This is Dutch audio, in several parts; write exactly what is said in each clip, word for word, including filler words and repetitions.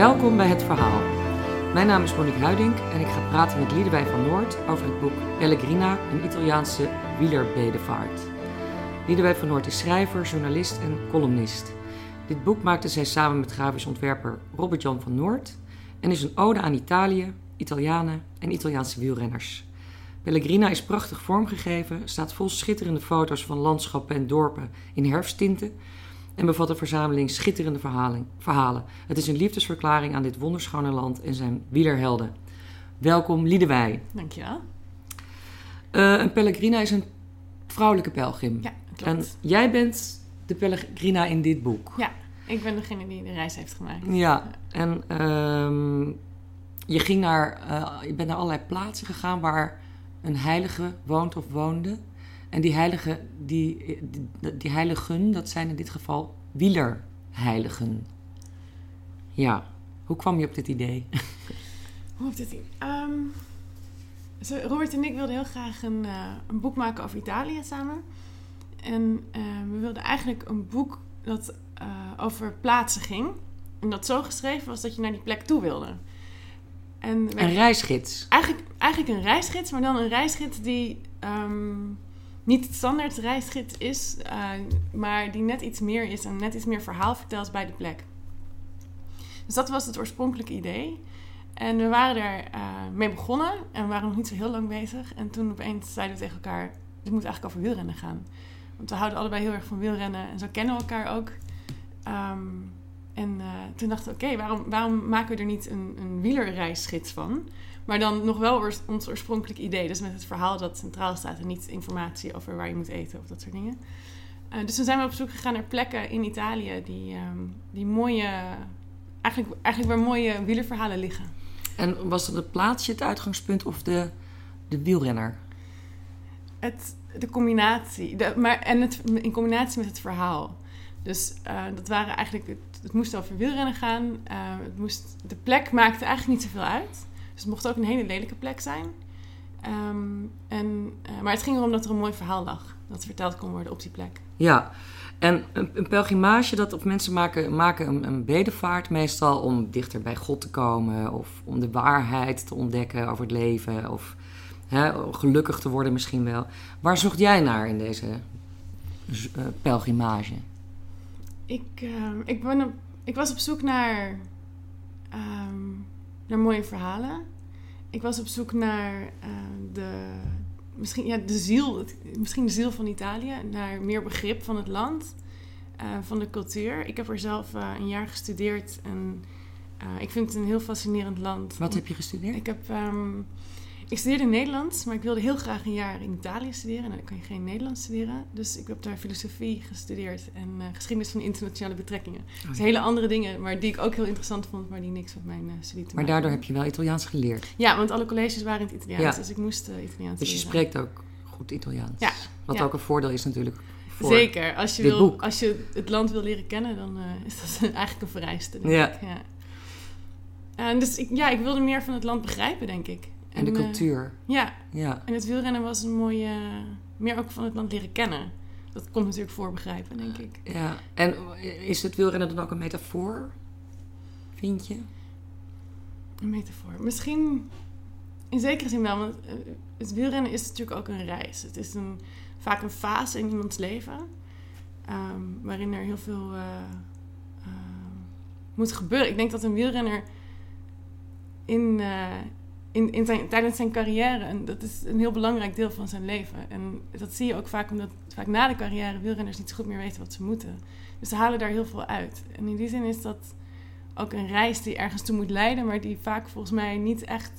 Welkom bij Het Verhaal. Mijn naam is Monique Huiding en ik ga praten met Liedewij van Noord over het boek Pellegrina, een Italiaanse wielerbedevaart. Liedewij van Noord is schrijver, journalist en columnist. Dit boek maakte zij samen met grafisch ontwerper Robert-Jan van Noord en is een ode aan Italië, Italianen en Italiaanse wielrenners. Pellegrina is prachtig vormgegeven, staat vol schitterende foto's van landschappen en dorpen in herfsttinten en bevat een verzameling schitterende verhalen. verhalen. Het is een liefdesverklaring aan dit wonderschone land en zijn wielerhelden. Welkom, Liedewij. Dankjewel. Uh, een Pellegrina is een vrouwelijke pelgrim. Ja, klopt. En jij bent de Pellegrina in dit boek. Ja, ik ben degene die de reis heeft gemaakt. Ja, en uh, je, ging naar, uh, je bent naar allerlei plaatsen gegaan waar een heilige woont of woonde. En die heiligen, die, die, die heiligen, dat zijn in dit geval wielerheiligen. Ja, hoe kwam je op dit idee? Hoe op dit idee? Um, zo, Robert en ik wilden heel graag een, uh, een boek maken over Italië samen. En uh, we wilden eigenlijk een boek dat uh, over plaatsen ging. En dat zo geschreven was dat je naar die plek toe wilde. En wij, een reisgids? Eigenlijk, eigenlijk een reisgids, maar dan een reisgids die Um, niet het standaard reisgids is, uh, maar die net iets meer is en net iets meer verhaal vertelt bij de plek. Dus dat was het oorspronkelijke idee. En we waren er uh, mee begonnen en we waren nog niet zo heel lang bezig. En toen opeens zeiden we tegen elkaar, dit moet eigenlijk over wielrennen gaan. Want we houden allebei heel erg van wielrennen en zo kennen we elkaar ook. Um, en uh, toen dachten we, oké, okay, waarom, waarom maken we er niet een, een wielerreisgids van? Maar dan nog wel oors, ons oorspronkelijk idee. Dus met het verhaal dat centraal staat en niet informatie over waar je moet eten of dat soort dingen. Uh, dus toen zijn we op zoek gegaan naar plekken in Italië die, um, die mooie, eigenlijk, eigenlijk waar mooie wielerverhalen liggen. En was dat het plaatsje het uitgangspunt of de, de wielrenner? Het, de combinatie. De, maar, en het, in combinatie met het verhaal. Dus uh, dat waren eigenlijk, het, het moest over wielrennen gaan. Uh, het moest, de plek maakte eigenlijk niet zoveel uit. Dus het mocht ook een hele lelijke plek zijn. Um, en, uh, maar het ging erom dat er een mooi verhaal lag. Dat verteld kon worden op die plek. Ja, en een, een pelgrimage, dat of mensen maken, maken een, een bedevaart meestal om dichter bij God te komen. Of om de waarheid te ontdekken over het leven. Of hè, gelukkig te worden misschien wel. Waar zocht jij naar in deze uh, pelgrimage? Ik, uh, ik, ben op, ik was op zoek naar... Um, naar mooie verhalen. Ik was op zoek naar uh, de, misschien, ja, de ziel, misschien de ziel van Italië. Naar meer begrip van het land, uh, van de cultuur. Ik heb er zelf uh, een jaar gestudeerd en uh, ik vind het een heel fascinerend land. Wat heb je gestudeerd? Ik heb... Um, Ik studeerde in Nederlands, maar ik wilde heel graag een jaar in Italië studeren. En dan kan je geen Nederlands studeren. Dus ik heb daar filosofie gestudeerd en uh, geschiedenis van internationale betrekkingen. Oh, ja. Dus hele andere dingen, maar die ik ook heel interessant vond, maar die niks met mijn uh, studie te maken. Maar daardoor heb je wel Italiaans geleerd? Ja, want alle colleges waren in het Italiaans, ja. Dus ik moest uh, Italiaans leren. Dus je spreekt ook goed Italiaans? Ja. Wat ja. ook een voordeel is natuurlijk voor Zeker, als je, dit wil, boek. Als je het land wil leren kennen, dan uh, is dat eigenlijk een vereiste, denk ja. ik. Ja. En dus ik, ja, ik wilde meer van het land begrijpen, denk ik. En de cultuur. Uh, ja. ja, en het wielrennen was een mooie... meer ook van het land leren kennen. Dat komt natuurlijk voor begrijpen, denk ik. Ja, en is het wielrennen dan ook een metafoor, vind je? Een metafoor. Misschien in zekere zin wel, want het wielrennen is natuurlijk ook een reis. Het is een, vaak een fase in iemands leven... Um, waarin er heel veel uh, uh, moet gebeuren. Ik denk dat een wielrenner in... Uh, In, in zijn, tijdens zijn carrière, en dat is een heel belangrijk deel van zijn leven. En dat zie je ook vaak omdat vaak na de carrière wielrenners niet zo goed meer weten wat ze moeten. Dus ze halen daar heel veel uit. En in die zin is dat ook een reis die ergens toe moet leiden, maar die vaak volgens mij niet echt,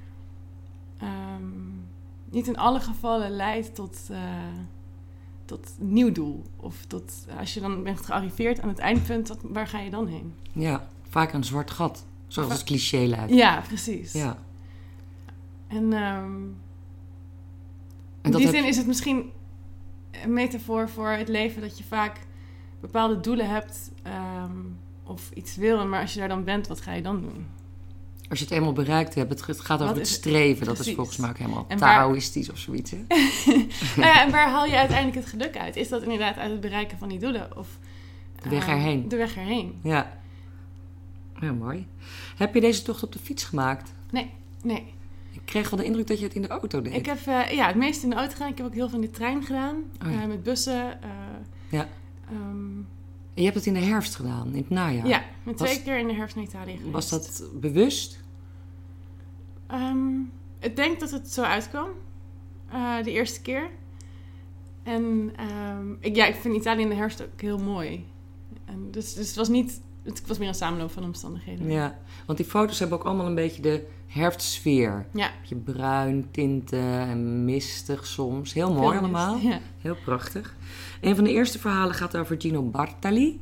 um, niet in alle gevallen leidt tot, uh, tot een nieuw doel. Of tot, als je dan bent gearriveerd aan het eindpunt, wat, waar ga je dan heen? Ja, vaak een zwart gat, zoals het cliché lijkt. Ja, precies. Ja. En, um, en in die zin je... is het misschien een metafoor voor het leven dat je vaak bepaalde doelen hebt um, of iets wil, maar als je daar dan bent, wat ga je dan doen? Als je het eenmaal bereikt hebt, het gaat over het streven, dat is volgens mij ook helemaal en Taoïstisch waar... of zoiets. Hè? nou ja, en waar haal je uiteindelijk het geluk uit? Is dat inderdaad uit het bereiken van die doelen? Of de weg erheen. Uh, de weg erheen. Ja. Ja, mooi. Heb je deze tocht op de fiets gemaakt? Nee, nee. Ik kreeg wel de indruk dat je het in de auto deed. Ik heb uh, ja, het meeste in de auto gedaan. Ik heb ook heel veel in de trein gedaan. Oh ja. uh, met bussen. Uh, ja. Um, en je hebt het in de herfst gedaan, in het najaar? Ja, met was, twee keer in de herfst naar Italië geweest. Was dat bewust? Um, ik denk dat het zo uitkwam. Uh, de eerste keer. En um, ik, ja, ik vind Italië in de herfst ook heel mooi. En dus, dus het was niet... Het was meer een samenloop van omstandigheden. Ja, want die foto's hebben ook allemaal een beetje de herfstsfeer. Ja. Een beetje bruin, tinten en mistig soms. Heel mooi Veel allemaal. mist, ja. Heel prachtig. Een van de eerste verhalen gaat over Gino Bartali.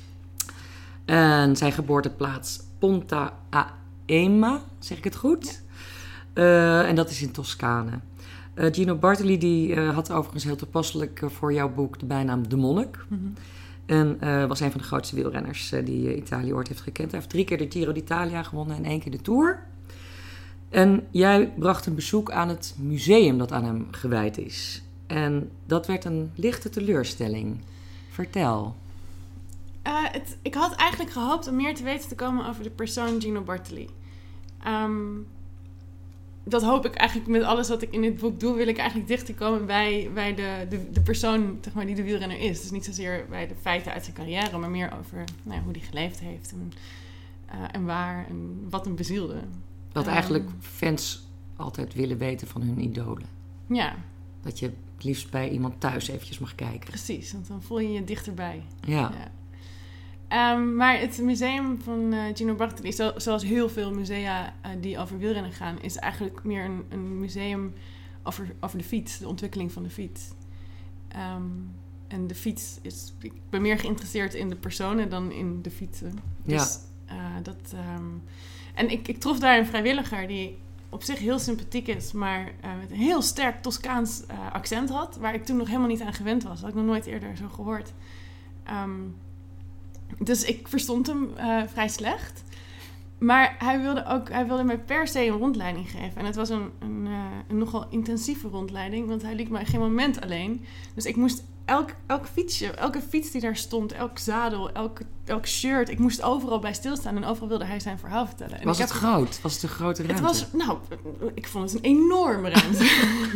En zijn geboorteplaats Ponta a Ema, zeg ik het goed? Ja. Uh, en dat is in Toscane. Uh, Gino Bartali die, uh, had overigens heel toepasselijk uh, voor jouw boek de bijnaam De Monnik. Mm-hmm. En uh, was een van de grootste wielrenners uh, die uh, Italië ooit heeft gekend. Hij heeft drie keer de Giro d'Italia gewonnen en één keer de Tour. En jij bracht een bezoek aan het museum dat aan hem gewijd is. En dat werd een lichte teleurstelling. Vertel. Uh, het, ik had eigenlijk gehoopt om meer te weten te komen over de persoon Gino Bartali. Um, dat hoop ik eigenlijk met alles wat ik in dit boek doe, wil ik eigenlijk dichter komen bij, bij de, de, de persoon zeg maar, die de wielrenner is. Dus niet zozeer bij de feiten uit zijn carrière, maar meer over nou ja, hoe hij geleefd heeft en, uh, en waar en wat hem bezielde. Wat um, eigenlijk fans altijd willen weten van hun idolen. Ja. Dat je het liefst bij iemand thuis eventjes mag kijken. Precies, want dan voel je je dichterbij. Ja. ja. Um, maar het museum van uh, Gino Bartali, zo, zoals heel veel musea uh, die over wielrennen gaan, is eigenlijk meer een, een museum over, over de fiets, de ontwikkeling van de fiets. Um, en de fiets is... Ik ben meer geïnteresseerd in de personen dan in de fietsen. Dus, ja. Uh, dat, um, en ik, ik trof daar een vrijwilliger die op zich heel sympathiek is, maar uh, met een heel sterk Toscaans uh, accent had, waar ik toen nog helemaal niet aan gewend was. Dat had ik nog nooit eerder zo gehoord. Um, Dus ik verstond hem uh, vrij slecht. Maar hij wilde, ook, hij wilde mij per se een rondleiding geven. En het was een, een, uh, een nogal intensieve rondleiding. Want hij liet mij geen moment alleen. Dus ik moest elk, elk fietsje, elke fiets die daar stond, elk zadel, elk, elk shirt. Ik moest overal bij stilstaan. En overal wilde hij zijn verhaal vertellen. En was ik het heb, groot? Was het een grote ruimte? Het was, nou, ik vond het een enorme ruimte.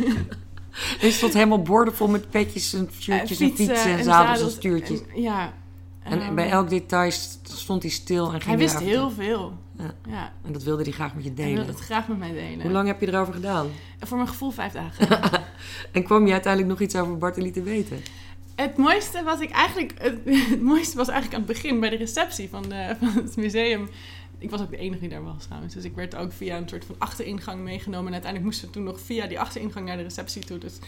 Er stond helemaal borden vol met petjes en shirtjes en fietsen, en, fietsen en, en zadels en stuurtjes. En, ja. En um, bij elk detail stond hij stil en ging hij wist heel veel. Ja. Ja. En dat wilde hij graag met je delen. Hij wilde het graag met mij delen. Hoe lang heb je erover gedaan? Voor mijn gevoel vijf dagen. En kwam je uiteindelijk nog iets over Bartali te weten? Het mooiste wat ik eigenlijk... Het, het mooiste was eigenlijk aan het begin bij de receptie van, de, van het museum. Ik was ook de enige die daar was trouwens. Dus ik werd ook via een soort van achteringang meegenomen. En uiteindelijk moesten we toen nog via die achteringang naar de receptie toe. Dus...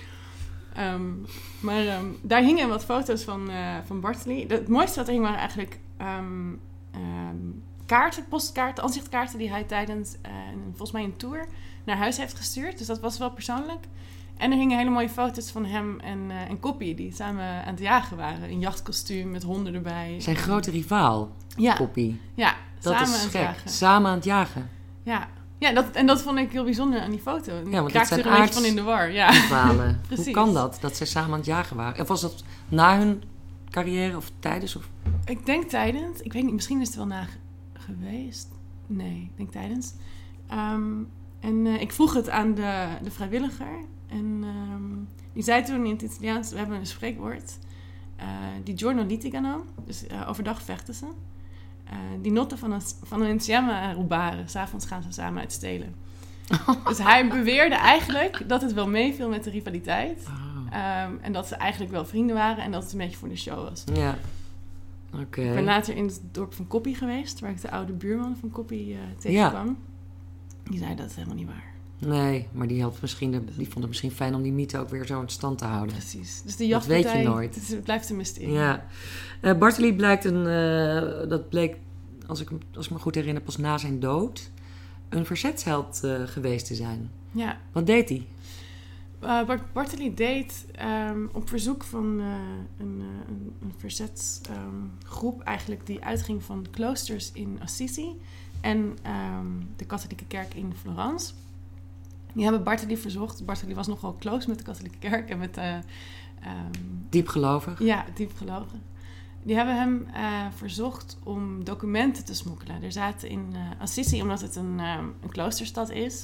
Um, maar um, daar hingen wat foto's van, uh, van Bartali. Het mooiste wat er hing waren eigenlijk um, um, kaarten, postkaarten, aanzichtkaarten die hij tijdens uh, volgens mij een tour naar huis heeft gestuurd. Dus dat was wel persoonlijk. En er hingen hele mooie foto's van hem en, uh, en Koppie die samen aan het jagen waren. In jachtkostuum met honden erbij. Zijn grote rivaal, ja. Koppie. Ja, dat samen is aan het gek. jagen. Samen aan het jagen. Ja. Ja, dat, en dat vond ik heel bijzonder aan die foto. Ja, want ik raakte er een beetje van in de war. Ja. Hoe kan dat, dat zij samen aan het jagen waren? Of was dat na hun carrière of tijdens? Of? Ik denk tijdens. Ik weet niet, misschien is het wel na geweest. Nee, ik denk tijdens. Um, en uh, ik vroeg het aan de, de vrijwilliger. En um, die zei toen in het Italiaans, we hebben een spreekwoord. Uh, di giorno litigano, dus uh, overdag vechten ze. Uh, die notte van, van een insieme a rubare. 's Avonds gaan ze samen uitstelen. Dus hij beweerde eigenlijk dat het wel meeviel met de rivaliteit. Oh. Um, en dat ze eigenlijk wel vrienden waren. En dat het een beetje voor de show was. Ja. Oké. Okay. Ik ben later in het dorp van Koppie geweest. Waar ik de oude buurman van Koppie uh, tegenkwam. Ja. Die zei dat is helemaal niet waar. Nee, maar die, had misschien de, die vond het misschien fijn om die mythe ook weer zo in stand te houden. Precies. Dus de jachtpartij, dat weet je nooit. Het, het blijft een mysterie. Ja. Uh, Bartali blijkt een, uh, dat bleek, als ik, als ik me goed herinner, pas na zijn dood, een verzetsheld uh, geweest te zijn. Ja. Wat deed hij? Uh, Bart, Bartali deed um, op verzoek van uh, een, uh, een, een verzetsgroep um, eigenlijk die uitging van kloosters in Assisi en um, de katholieke kerk in Florence. Die hebben Bartali verzocht. Bartali was nogal close met de katholieke kerk en met... Uh, um, diep gelovig? Ja, diep gelovig. Die hebben hem uh, verzocht om documenten te smokkelen. Er zaten in uh, Assisi, omdat het een, uh, een kloosterstad is,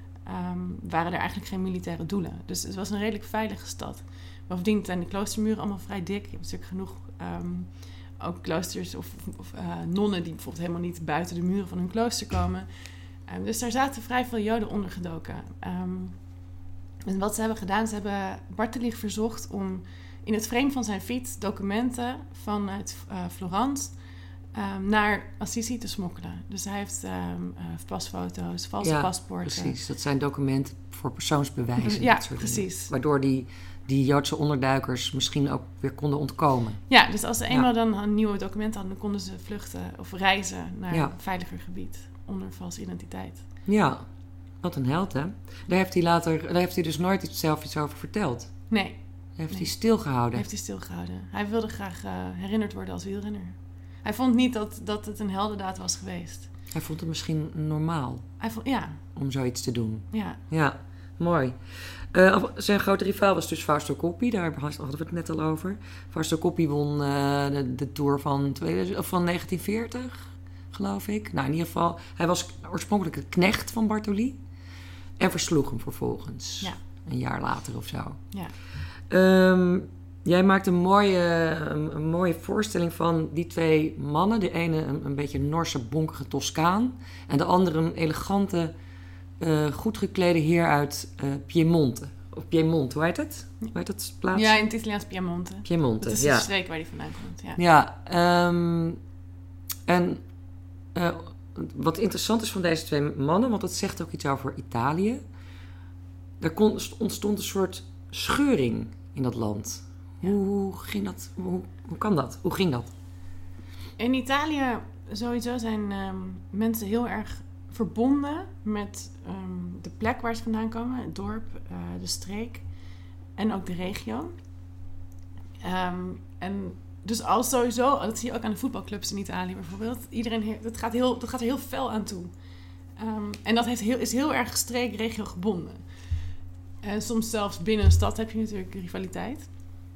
um, waren er eigenlijk geen militaire doelen. Dus het was een redelijk veilige stad. Bovendien zijn de kloostermuren allemaal vrij dik. Je hebt natuurlijk genoeg um, ook kloosters of, of uh, nonnen die bijvoorbeeld helemaal niet buiten de muren van hun klooster komen. Um, dus daar zaten vrij veel Joden ondergedoken. Um, en wat ze hebben gedaan, ze hebben Bartoli verzocht om in het frame van zijn fiets documenten vanuit uh, Florence um, naar Assisi te smokkelen. Dus hij heeft um, uh, pasfoto's, valse ja, paspoorten. Precies, dat zijn documenten voor persoonsbewijzen. Ja, dat soort precies. Dingen. Waardoor die, die Joodse onderduikers misschien ook weer konden ontkomen. Ja, dus als ze eenmaal ja. dan een nieuwe documenten hadden, dan konden ze vluchten of reizen naar ja. een veiliger gebied onder valse identiteit. Ja, wat een held, hè? Daar heeft hij later, daar heeft hij dus nooit iets, zelf iets over verteld. Nee. Daar heeft nee. hij stilgehouden. Heeft hij stilgehouden. Hij wilde graag uh, herinnerd worden als wielrenner. Hij vond niet dat, dat het een heldendaad was geweest. Hij vond het misschien normaal. Hij vond, ja. Om zoiets te doen. Ja. Ja, mooi. Uh, zijn grote rivaal was dus Fausto Coppi. Daar hadden we het net al over. Fausto Coppi won uh, de, de Tour van, tweeduizend, of van negentien veertig, geloof ik. Nou, in ieder geval, hij was oorspronkelijk een knecht van Bartoli. En versloeg hem vervolgens. Ja. Een jaar later of zo. Ja. Um, jij maakt een mooie, een, een mooie voorstelling van die twee mannen. De ene een, een beetje Norse, bonkige Toscaan. En de andere een elegante, uh, goed geklede heer uit uh, Piemonte. Of Piemont, hoe heet het? Hoe heet dat plaats? Ja, in het Italiaans Piemonte. Piemonte, dat is ja. de streek waar die vandaan komt. Ja, ja um, en uh, wat interessant is van deze twee mannen, want het zegt ook iets over Italië. Er kon, ontstond een soort scheuring in dat land. Ja. Hoe ging dat? Hoe, hoe kan dat? Hoe ging dat? In Italië sowieso zijn um, mensen heel erg verbonden met um, de plek waar ze vandaan komen. Het dorp, uh, de streek en ook de regio. Um, en dus als sowieso, dat zie je ook aan de voetbalclubs in Italië bijvoorbeeld. Iedereen heeft, dat, gaat heel, dat gaat er heel fel aan toe. Um, en dat heeft heel, is heel erg streek-regio gebonden. En soms zelfs binnen een stad heb je natuurlijk rivaliteit.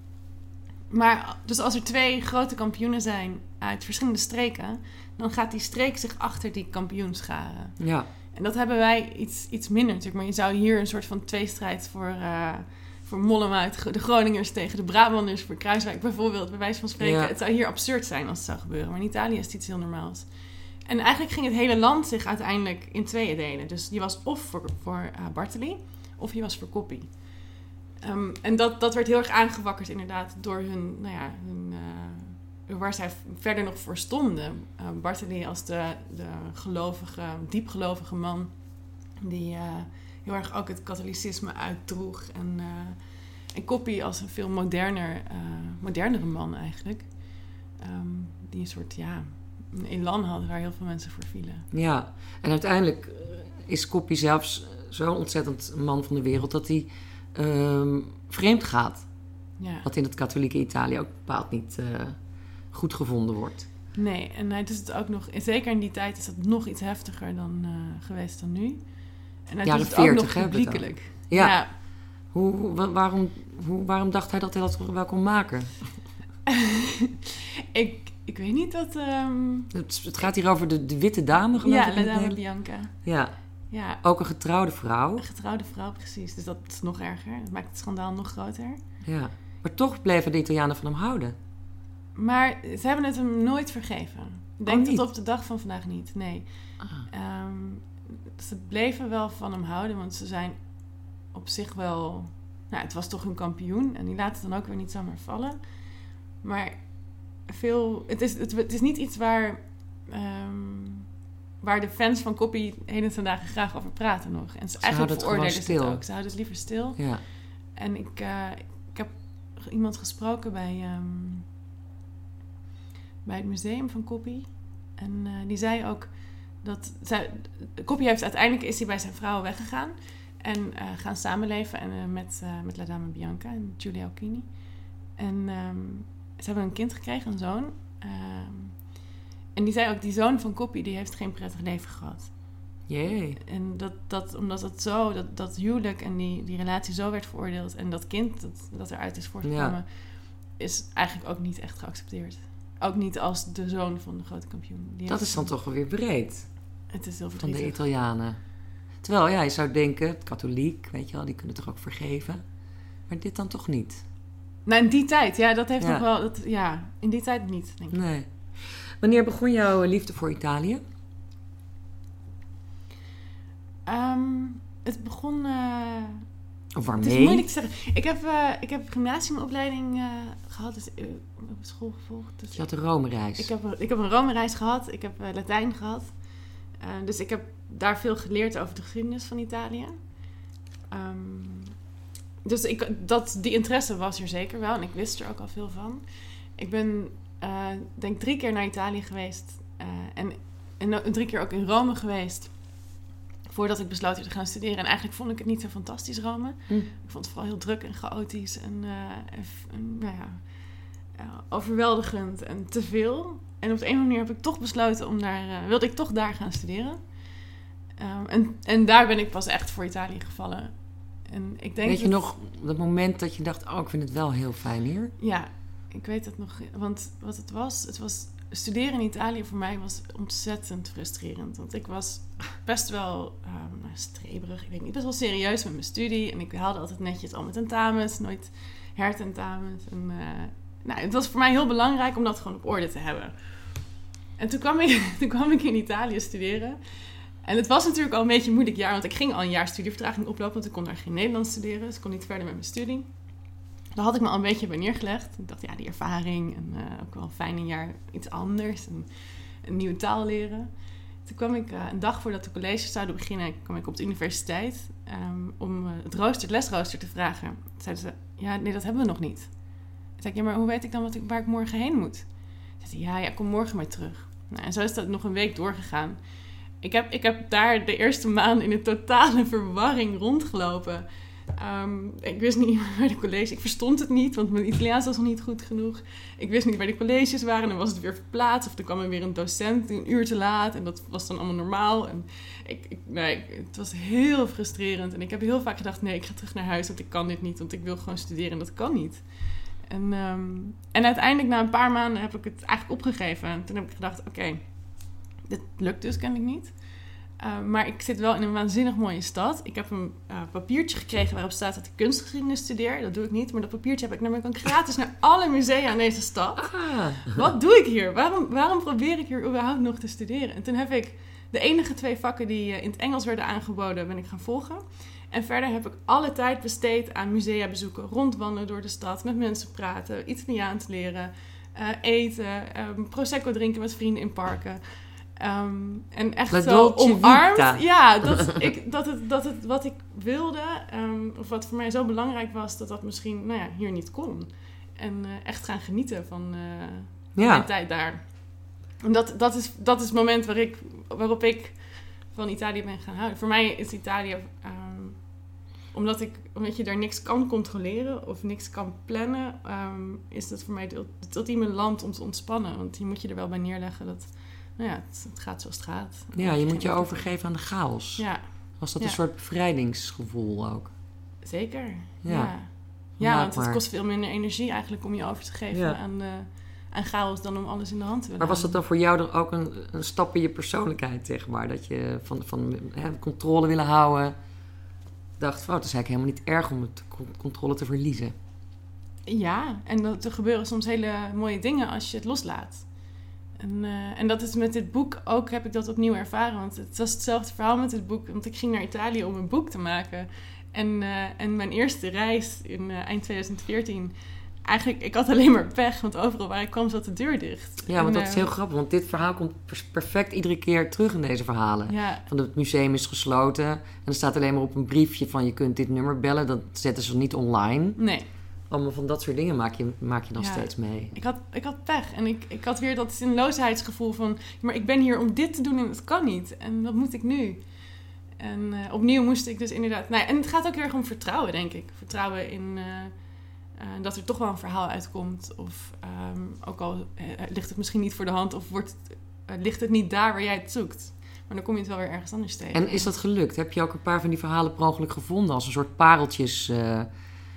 Maar dus als er twee grote kampioenen zijn uit verschillende streken, dan gaat die streek zich achter die kampioen scharen. Ja. En dat hebben wij iets, iets minder natuurlijk. Maar je zou hier een soort van tweestrijd voor, uh, voor Mollema uit de Groningers tegen de Brabanders voor Kruiswijk bijvoorbeeld, bij wijze van spreken. Ja. Het zou hier absurd zijn als het zou gebeuren. Maar in Italië is het iets heel normaals. En eigenlijk ging het hele land zich uiteindelijk in tweeën delen. Dus die was of voor, voor uh, Bartoli, of je was voor Coppi. Um, en dat, dat werd heel erg aangewakkerd inderdaad door hun, nou ja, hun, uh, waar zij verder nog voor stonden. Uh, Bartoli als de, de gelovige, diepgelovige man die uh, heel erg ook het katholicisme uitdroeg. En, uh, en Coppi als een veel moderner, uh, modernere man eigenlijk. Um, die een soort, ja, een elan had waar heel veel mensen voor vielen. Ja, en uiteindelijk is Coppi zelfs zo'n ontzettend man van de wereld dat hij um, vreemd gaat. Ja. Wat in het katholieke Italië ook bepaald niet uh, goed gevonden wordt. Nee, en hij doet het ook nog, zeker in die tijd is dat nog iets heftiger dan uh, geweest dan nu. En hij Jaren doet het veertig, ook nog publiekelijk. Ja. ja. Hoe, wa- waarom, hoe, waarom dacht hij dat hij dat wel kon maken? ik, ik weet niet dat... Um... Het, het gaat hier over de, de witte dame, geloof ja, ik. Ja, La Dame hele... Bianca. Ja. ja, ook een getrouwde vrouw. Een getrouwde vrouw, precies. Dus dat is nog erger. Dat maakt het schandaal nog groter. Ja, maar toch bleven de Italianen van hem houden. Maar ze hebben het hem nooit vergeven. Ik denk oh, tot op de dag van vandaag niet, nee. Ah. Um, ze bleven wel van hem houden, want ze zijn op zich wel... Nou, het was toch een kampioen en die laten het dan ook weer niet zomaar vallen. Maar veel... Het is, het, het is niet iets waar... Um, waar de fans van Coppi heden ten dagen graag over praten nog. En ze, ze eigenlijk veroordelen ze het ook. Ze houden het liever stil. Ja. En ik, uh, ik heb iemand gesproken bij... Um, bij het museum van Coppi. En uh, die zei ook dat... Zij, Coppi heeft uiteindelijk is hij bij zijn vrouw weggegaan. En uh, gaan samenleven en, uh, met, uh, met La Dame Bianca en Giulia Occhini. En um, ze hebben een kind gekregen, een zoon. Um, en die zei ook, die zoon van Coppi, die heeft geen prettig leven gehad. Jee. En dat, dat, omdat het zo, dat, dat huwelijk en die, die relatie zo werd veroordeeld... en dat kind dat, dat eruit is voortgekomen... Ja. is eigenlijk ook niet echt geaccepteerd. ook niet als de zoon van de grote kampioen. Die Dat heeft- is dan toch wel weer breed Het is heel van de verdrietig. Italianen. Terwijl, ja, je zou denken, katholiek, weet je wel, die kunnen toch ook vergeven. Maar dit dan toch niet? Nou, in die tijd, ja, dat heeft Ja. nog wel... Dat, ja, in die tijd niet, denk ik. Nee. Wanneer begon jouw liefde voor Italië? Ehm, het begon... eh, Of Het is waarmee? moeilijk te zeggen. Ik heb, uh, ik heb gymnasiumopleiding uh, gehad, dus uh, op school gevolgd. Dus Je had de Rome-reis. ik, heb, ik heb een Rome-reis gehad, ik heb uh, Latijn gehad. Uh, dus ik heb daar veel geleerd over de geschiedenis van Italië. Um, dus ik, dat, die interesse was er zeker wel en ik wist er ook al veel van. Ik ben, uh, denk drie keer naar Italië geweest uh, en, en drie keer ook in Rome geweest. Voordat ik besloot hier te gaan studeren. En eigenlijk vond ik het niet zo fantastisch, Rome. Hm. Ik vond het vooral heel druk en chaotisch. En, uh, en, en nou ja, uh, overweldigend en te veel. En op de een of andere manier heb ik toch besloten om daar... Uh, wilde ik toch daar gaan studeren. Um, en, en daar ben ik pas echt voor Italië gevallen. En ik denk Weet je dat, nog dat moment dat je dacht... oh, ik vind het wel heel fijn hier? Ja, ik weet het nog. Want wat het was... Het was studeren in Italië voor mij was ontzettend frustrerend. Want ik was best wel um, streberig. Ik weet niet, best wel serieus met mijn studie. En ik haalde altijd netjes al mijn tentamens. Nooit hertentamens. En, uh, nou, het was voor mij heel belangrijk om dat gewoon op orde te hebben. En toen kwam ik, toen kwam ik in Italië studeren. En het was natuurlijk al een beetje een moeilijk jaar. Want ik ging al een jaar studievertraging oplopen. Want ik kon daar geen Nederlands studeren. Dus ik kon niet verder met mijn studie. Daar had ik me al een beetje bij neergelegd. Ik dacht, ja, die ervaring en uh, ook wel fijn een jaar iets anders. En een nieuwe taal leren. Toen kwam ik uh, een dag voordat de colleges zouden beginnen... kwam ik op de universiteit um, om uh, het, rooster, het lesrooster te vragen. Toen zeiden ze, ja, nee, dat hebben we nog niet. Toen zei ik, ja, maar hoe weet ik dan wat ik, waar ik morgen heen moet? Toen zei ze, ja, ja, kom morgen maar terug. Nou, en zo is dat nog een week doorgegaan. Ik heb, ik heb daar de eerste maand in een totale verwarring rondgelopen... Um, ik wist niet waar de colleges... Ik verstond het niet, want mijn Italiaans was nog niet goed genoeg. Ik wist niet waar de colleges waren. En dan was het weer verplaatst. Of er kwam er weer een docent een uur te laat. En dat was dan allemaal normaal. En ik, ik, nee, het was heel frustrerend. En ik heb heel vaak gedacht... nee, ik ga terug naar huis, want ik kan dit niet. Want ik wil gewoon studeren en dat kan niet. En, um, en uiteindelijk, na een paar maanden, heb ik het eigenlijk opgegeven. En toen heb ik gedacht, oké, okay, dit lukt dus kennelijk niet. Uh, maar ik zit wel in een waanzinnig mooie stad. Ik heb een uh, papiertje gekregen waarop staat dat ik kunstgeschiedenis studeer. Dat doe ik niet, maar dat papiertje heb ik namelijk dan gratis naar alle musea in deze stad. Ah. Wat doe ik hier? Waarom, waarom probeer ik hier überhaupt nog te studeren? En toen heb ik de enige twee vakken die uh, in het Engels werden aangeboden, ben ik gaan volgen. En verder heb ik alle tijd besteed aan musea bezoeken, rondwandelen door de stad, met mensen praten, Italiaans leren, uh, eten, um, prosecco drinken met vrienden in parken. Um, en echt La zo Dolce omarmd. Vita. Ja, dat, ik, dat, het, dat het wat ik wilde, um, of wat voor mij zo belangrijk was, dat dat misschien nou ja, hier niet kon. En uh, echt gaan genieten van, uh, van Ja. mijn tijd daar. En dat, dat, is, dat is het moment waar ik, waarop ik van Italië ben gaan houden. Voor mij is Italië, um, omdat, ik, omdat je daar niks kan controleren of niks kan plannen, um, is dat voor mij het, het ultieme land om te ontspannen. Want hier moet je er wel bij neerleggen dat... Nou ja, het, het gaat zoals het gaat. Ja, je moet je overgeven aan de chaos. Ja. Was dat ja. een soort bevrijdingsgevoel ook? Zeker, ja. Ja, Ja, ja want maar. het kost veel minder energie eigenlijk om je over te geven Ja. aan, uh, aan chaos dan om alles in de hand te willen Maar was dat houden. dan voor jou er ook een, een stap in je persoonlijkheid, zeg maar? Dat je van, van hè, controle willen houden... dacht, oh, het is eigenlijk helemaal niet erg om het controle te verliezen. Ja, en dat, er gebeuren soms hele mooie dingen als je het loslaat. En, uh, en dat is met dit boek ook, heb ik dat opnieuw ervaren. Want het was hetzelfde verhaal met dit boek. Want ik ging naar Italië om een boek te maken. En, uh, en mijn eerste reis in uh, eind twintig veertien... Eigenlijk, ik had alleen maar pech. Want overal waar ik kwam zat de deur dicht. Ja, want en, dat uh, is heel grappig. Want dit verhaal komt perfect iedere keer terug in deze verhalen. Ja, Van het museum is gesloten. En er staat alleen maar op een briefje van... je kunt dit nummer bellen. Dat zetten ze niet online. nee. Allemaal van dat soort dingen maak je, maak je dan Ja. steeds mee. Ik had, ik had pech. En ik, ik had weer dat zinloosheidsgevoel van... maar ik ben hier om dit te doen en het kan niet. En wat moet ik nu? En uh, opnieuw moest ik dus inderdaad... Nou ja, en het gaat ook heel erg om vertrouwen, denk ik. Vertrouwen in uh, uh, dat er toch wel een verhaal uitkomt. Of um, ook al uh, ligt het misschien niet voor de hand... of wordt het, uh, ligt het niet daar waar jij het zoekt. Maar dan kom je het wel weer ergens anders tegen. En is dat gelukt? Heb je ook een paar van die verhalen per ongeluk gevonden? Als een soort pareltjes... Uh...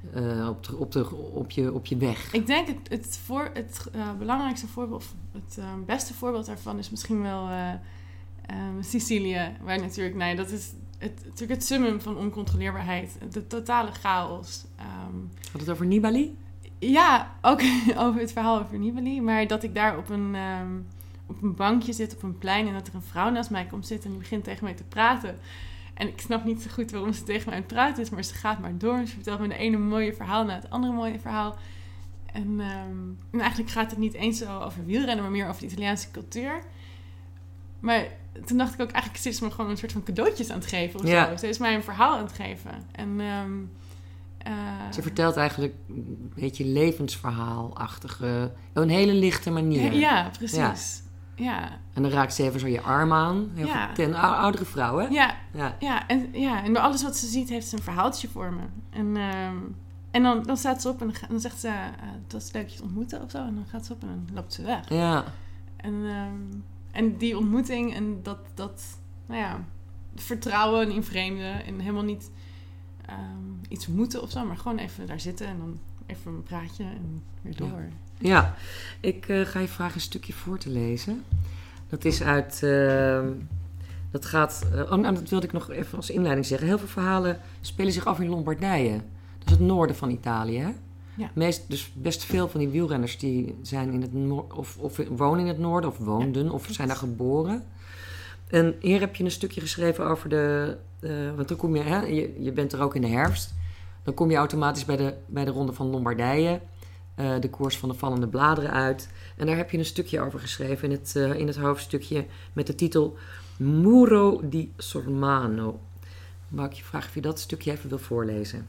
uh, op, de, op, de, op, je, op je weg? Ik denk het, het, voor, het uh, belangrijkste voorbeeld, of het uh, beste voorbeeld daarvan is misschien wel uh, um, Sicilië. Waar natuurlijk, nee, dat is het, natuurlijk het summum van oncontroleerbaarheid. De totale chaos. Um, Had het over Nibali? Ja, ook over het verhaal over Nibali. Maar dat ik daar op een, um, op een bankje zit, op een plein... en dat er een vrouw naast mij komt zitten en die begint tegen mij te praten... En ik snap niet zo goed waarom ze tegen mij aan het praten is, maar ze gaat maar door. Ze vertelt me de ene mooie verhaal na het andere mooie verhaal. En, um, en eigenlijk gaat het niet eens zo over wielrennen, maar meer over de Italiaanse cultuur. Maar toen dacht ik ook, eigenlijk is ze me gewoon een soort van cadeautjes aan het geven of ja. zo. Ze is mij een verhaal aan het geven. En, um, uh, ze vertelt eigenlijk een beetje levensverhaalachtige, op een hele lichte manier. Ja, precies. Ja. Ja. En dan raakt ze even zo je arm aan. Heel ja. Ten oudere vrouw, hè? Ja. Ja. Ja. En, ja, en bij alles wat ze ziet heeft ze een verhaaltje voor me. En, um, en dan, dan staat ze op en dan, dan zegt ze... Uh, het was leuk je te ontmoeten of zo. En dan gaat ze op en dan loopt ze weg. Ja. En, um, en die ontmoeting en dat, dat nou ja, vertrouwen in vreemden. En helemaal niet um, iets moeten of zo. Maar gewoon even daar zitten en dan even een praatje en weer door. Ja. Ja, ik uh, ga je vragen een stukje voor te lezen. Dat is uit... Uh, dat gaat... Uh, oh, nou, dat wilde ik nog even als inleiding zeggen. Heel veel verhalen spelen zich af in Lombardije. Dat is het noorden van Italië, hè? Ja. Meest, dus best veel van die wielrenners die zijn in het noorden... Of, of wonen in het noorden, of woonden, ja, of zijn daar geboren. En hier heb je een stukje geschreven over de... Uh, want dan kom je, hè, je... Je bent er ook in de herfst. Dan kom je automatisch bij de, bij de ronde van Lombardije... Uh, de koers van de vallende bladeren uit. En daar heb je een stukje over geschreven in het, uh, in het hoofdstukje met de titel Muro di Sormano. Mag ik je vragen of je dat stukje even wil voorlezen?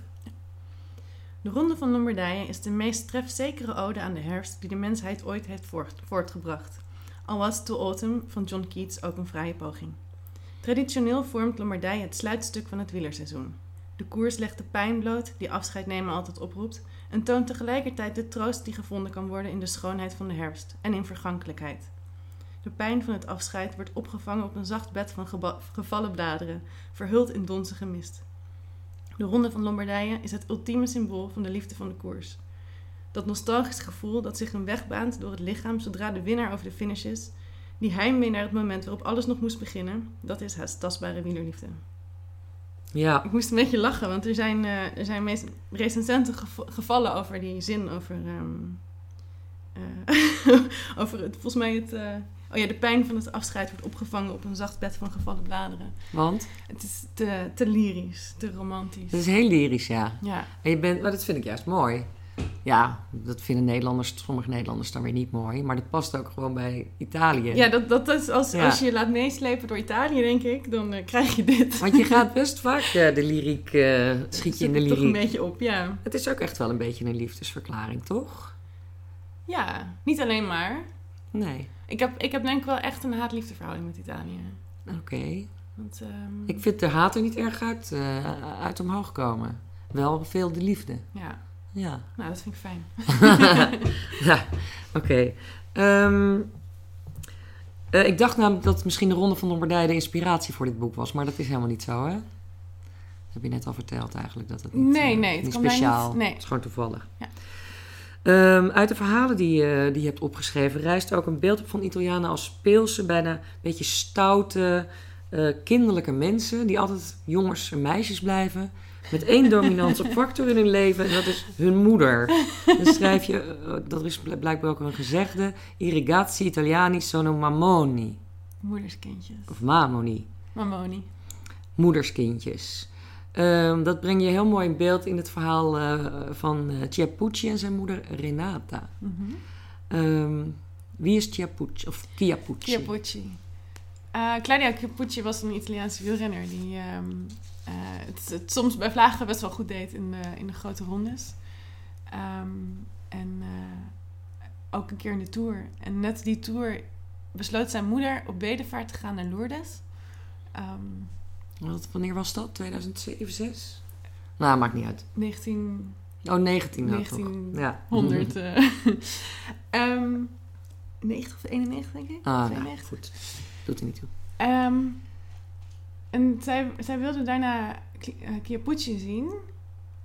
De Ronde van Lombardije is de meest trefzekere ode aan de herfst die de mensheid ooit heeft voort, voortgebracht. Al was To Autumn van John Keats ook een vrije poging. Traditioneel vormt Lombardije het sluitstuk van het wielerseizoen. De koers legt de pijn bloot die afscheid nemen altijd oproept en toont tegelijkertijd de troost die gevonden kan worden in de schoonheid van de herfst en in vergankelijkheid. De pijn van het afscheid wordt opgevangen op een zacht bed van geba- gevallen bladeren, verhuld in donzige mist. De Ronde van Lombardije is het ultieme symbool van de liefde van de koers. Dat nostalgisch gevoel dat zich een weg baant door het lichaam zodra de winnaar over de finish is, die heimwee naar het moment waarop alles nog moest beginnen, dat is het tastbare wielerliefde. Ja. Ik moest een beetje lachen, want er zijn, uh, er zijn meest recensenten gev- gevallen over die zin, over, um, uh, over het, volgens mij het, uh, oh ja, de pijn van het afscheid wordt opgevangen op een zacht bed van gevallen bladeren. Want? Het is te, te lyrisch, te romantisch. Het is heel lyrisch, ja. Ja. En je bent, maar dat vind ik juist mooi. Ja, dat vinden Nederlanders, sommige Nederlanders dan weer niet mooi. Maar dat past ook gewoon bij Italië. Ja, dat, dat is als, ja. als je je laat meeslepen door Italië, denk ik, dan uh, krijg je dit. Want je gaat best vaak uh, de lyriek, uh, schiet je in de lyriek. toch een beetje op, ja. Het is ook echt wel een beetje een liefdesverklaring, toch? Ja, niet alleen maar. Nee. Ik heb, ik heb denk ik wel echt een haat-liefde verhouding met Italië. Oké. Okay. Um... Ik vind de haat er niet erg uit, uh, uit omhoog komen. Wel veel de liefde. Ja. Ja. Nou, dat vind ik fijn. Ja, oké. Okay. Um, uh, ik dacht namelijk dat misschien de Ronde van Lombardije de inspiratie voor dit boek was. Maar dat is helemaal niet zo, hè? Dat heb je net al verteld eigenlijk. Dat het niet, nee, uh, nee. Het niet kan speciaal. Niet, nee. Het is gewoon toevallig. Ja. Um, uit de verhalen die, uh, die je hebt opgeschreven... rijst ook een beeld op van Italianen als speelse... bijna een beetje stoute, uh, kinderlijke mensen... die altijd jongens en meisjes blijven... met één dominante factor in hun leven... en dat is hun moeder. Dan schrijf je... Uh, dat is blijkbaar ook een gezegde... I ragazzi italiani sono mammoni. Moederskindjes. Of mamoni. Mamoni. Moederskindjes. Um, dat breng je heel mooi in beeld in het verhaal uh, van uh, Chiappucci en zijn moeder Renata. Mm-hmm. Um, wie is Chiappucci? Of Chiappucci? Chiappucci. Uh, Claudia Chiappucci was een Italiaanse wielrenner die um, uh, het, het soms bij vlagen best wel goed deed in de, in de grote rondes. Um, en uh, ook een keer in de Tour. En net die Tour besloot zijn moeder op bedevaart te gaan naar Lourdes. Um, Wat, wanneer was dat? tweeduizend zeven, zes? Nou, maakt niet uit. negentien Oh, negentien nou negentienhonderd. toch? Ja. Uh, um, negentig of eenennegentig, denk ik. Ah, nou, goed. Doet er niet toe. Um, en zij, zij wilde daarna Chiappucci zien.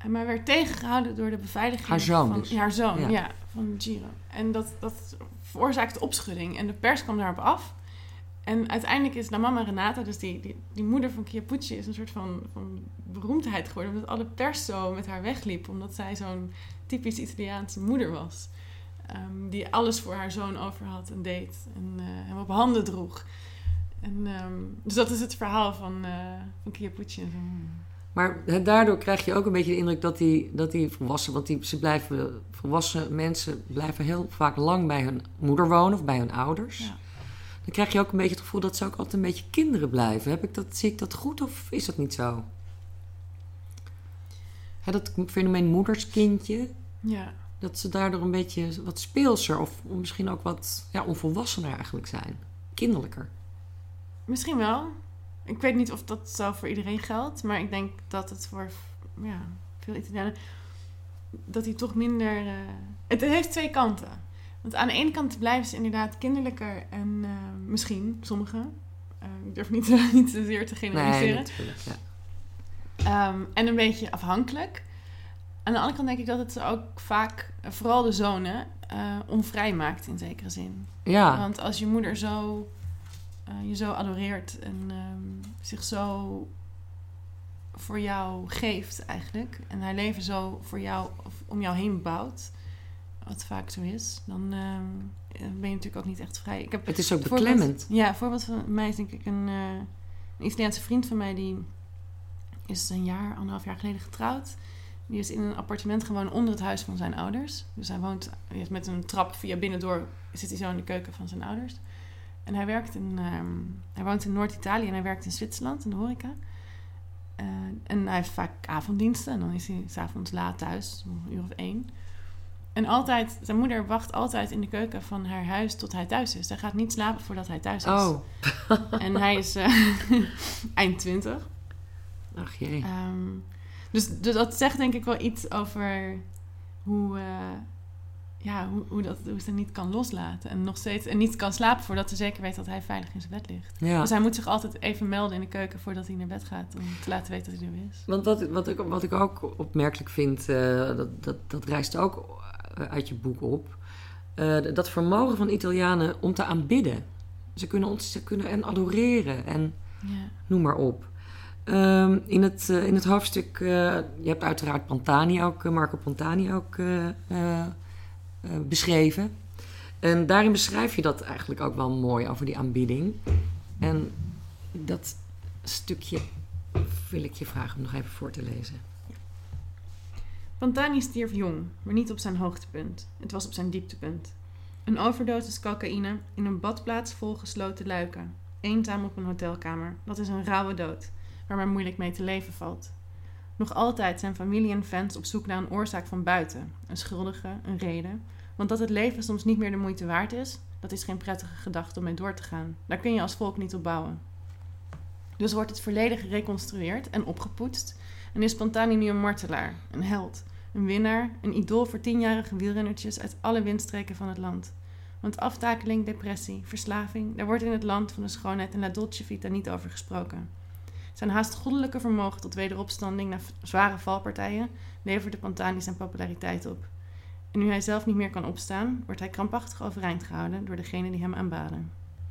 maar werd tegengehouden door de beveiliging. Haar zoon van, dus. Ja, haar zoon, ja, Ja. van Giro. En dat, dat veroorzaakte opschudding. En de pers kwam daarop af. En uiteindelijk is La Mama Renata, dus die, die, die moeder van Chiappucci, is een soort van, van beroemdheid geworden. Omdat alle pers zo met haar wegliep. Omdat zij zo'n typisch Italiaanse moeder was. Um, die alles voor haar zoon over had en deed. En uh, hem op handen droeg. En, um, dus dat is het verhaal van, uh, van Chiappucci en zo. Maar he, daardoor krijg je ook een beetje de indruk dat die, dat die volwassen... Want die, ze blijven, volwassen mensen blijven heel vaak lang bij hun moeder wonen of bij hun ouders. Ja. Dan krijg je ook een beetje het gevoel dat ze ook altijd een beetje kinderen blijven. Heb ik dat, zie ik dat goed of is dat niet zo? He, dat fenomeen moederskindje... Ja. Dat ze daardoor een beetje wat speelser of misschien ook wat ja, onvolwassener eigenlijk zijn. Kinderlijker. Misschien wel. Ik weet niet of dat zo voor iedereen geldt. Maar ik denk dat het voor ja, veel Italianen... dat die toch minder... Uh... Het heeft twee kanten. Want aan de ene kant blijven ze inderdaad kinderlijker. En uh, misschien, sommigen. Uh, ik durf niet, uh, niet zozeer te generaliseren. Nee, natuurlijk, ja. Um, en een beetje afhankelijk. Aan de andere kant denk ik dat het ze ook vaak, vooral de zonen, uh, onvrij maakt in zekere zin. Ja. Want als je moeder zo, uh, je zo adoreert en um, zich zo voor jou geeft eigenlijk, en haar leven zo voor jou, of om jou heen bouwt, wat vaak zo is, dan uh, ben je natuurlijk ook niet echt vrij. Ik heb Het is ook voorbeeld, beklemmend. Ja, een voorbeeld van mij is denk ik een, uh, een Italiaanse vriend van mij, die is een jaar, anderhalf jaar geleden getrouwd. Die is in een appartement gewoon onder het huis van zijn ouders. Dus hij woont met een trap via binnendoor, zit hij zo in de keuken van zijn ouders. En hij werkt in, um, hij woont in Noord-Italië en hij werkt in Zwitserland, in de horeca. Uh, en hij heeft vaak avonddiensten en dan is hij 's avonds laat thuis, een uur of één. En altijd, zijn moeder wacht altijd in de keuken van haar huis tot hij thuis is. Hij gaat niet slapen voordat hij thuis is. Oh. En hij is uh, eind twintig. Ach jee. Um, dus, dus dat zegt denk ik wel iets over hoe, uh, ja, hoe, hoe, dat, hoe ze niet kan loslaten. En nog steeds en niet kan slapen voordat ze zeker weet dat hij veilig in zijn bed ligt. Ja. Dus hij moet zich altijd even melden in de keuken voordat hij naar bed gaat. Om te laten weten dat hij er weer is. Want wat, wat, ik, wat ik ook opmerkelijk vind, uh, dat, dat, dat rijst ook uit je boek op. Uh, dat vermogen van Italianen om te aanbidden. Ze kunnen ons ze kunnen en adoreren en Ja. noem maar op. Um, in, het, uh, in het hoofdstuk, uh, je hebt uiteraard Pantani ook, uh, Marco Pantani ook uh, uh, uh, beschreven. En daarin beschrijf je dat eigenlijk ook wel mooi over die aanbidding. En dat stukje wil ik je vragen om nog even voor te lezen. Pantani stierf jong, maar niet op zijn hoogtepunt. Het was op zijn dieptepunt. Een overdosis cocaïne in een badplaats vol gesloten luiken. Eenzaam op een hotelkamer. Dat is een rauwe dood, waar maar moeilijk mee te leven valt. Nog altijd zijn familie en fans op zoek naar een oorzaak van buiten. Een schuldige, een reden. Want dat het leven soms niet meer de moeite waard is, dat is geen prettige gedachte om mee door te gaan. Daar kun je als volk niet op bouwen. Dus wordt het verleden gereconstrueerd en opgepoetst en is Pantani nu een martelaar, een held, een winnaar, een idool voor tienjarige wielrennertjes uit alle windstreken van het land. Want aftakeling, depressie, verslaving, daar wordt in het land van de schoonheid en la dolce vita niet over gesproken. Zijn haast goddelijke vermogen tot wederopstanding na zware valpartijen leverde Pantani zijn populariteit op. En nu hij zelf niet meer kan opstaan, wordt hij krampachtig overeind gehouden door degenen die hem aanbaden.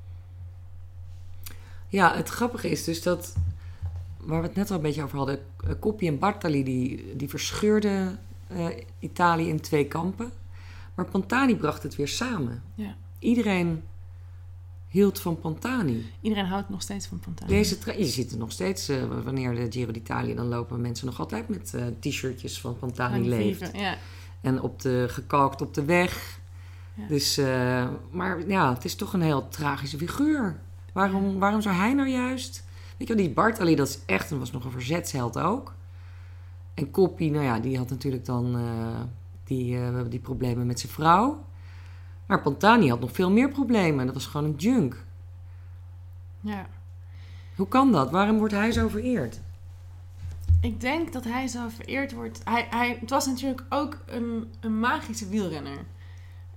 Ja, het grappige is dus dat, waar we het net al een beetje over hadden, Coppi en Bartali, die, die verscheurden uh, Italië in twee kampen. Maar Pantani bracht het weer samen. Ja. Iedereen hield van Pantani. Iedereen houdt nog steeds van Pantani. Deze tra- je ziet er nog steeds, uh, wanneer de Giro d'Italia, dan lopen mensen nog altijd met uh, t-shirtjes van Pantani leeft. Ja. En op de, gekalkt op de weg. Ja. Dus, uh, maar ja, het is toch een heel tragische figuur. Waarom, ja. waarom zou hij nou juist... Weet je wel, die Bartali, dat is echt, en was nog een verzetsheld ook. En Coppi, nou ja, die had natuurlijk dan uh, die, uh, die problemen met zijn vrouw. Maar Pantani had nog veel meer problemen. Dat was gewoon een junk. Ja. Hoe kan dat? Waarom wordt hij zo vereerd? Ik denk dat hij zo vereerd wordt. Hij, hij, het was natuurlijk ook een, een magische wielrenner.